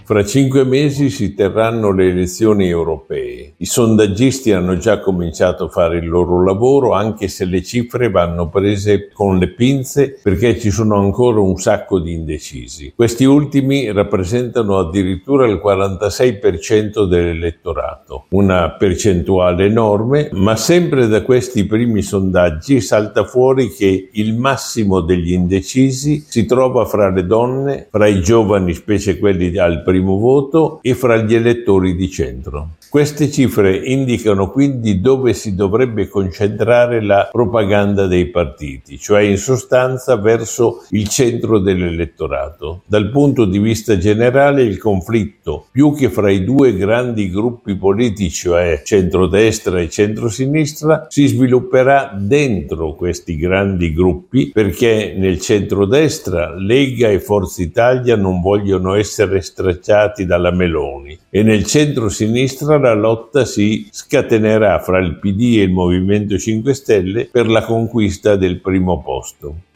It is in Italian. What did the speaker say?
Fra 5 mesi si terranno le elezioni europee. I sondaggisti hanno già cominciato a fare il loro lavoro, anche se le cifre vanno prese con le pinze perché ci sono ancora un sacco di indecisi. Questi ultimi rappresentano addirittura il 46% dell'elettorato, una percentuale enorme, ma sempre da questi primi sondaggi salta fuori che il massimo degli indecisi si trova fra le donne, fra i giovani, specie quelli al primo voto, e fra gli elettori di centro. Queste cifre indicano quindi dove si dovrebbe concentrare la propaganda dei partiti, cioè in sostanza verso il centro dell'elettorato. Dal punto di vista generale il conflitto, più che fra i due grandi gruppi politici, cioè centrodestra e centrosinistra, si svilupperà dentro questi grandi gruppi, perché nel centrodestra Lega e Forza Italia non vogliono essere stracciati dalla Meloni e nel centro-sinistra la lotta si scatenerà fra il PD e il Movimento 5 Stelle per la conquista del primo posto.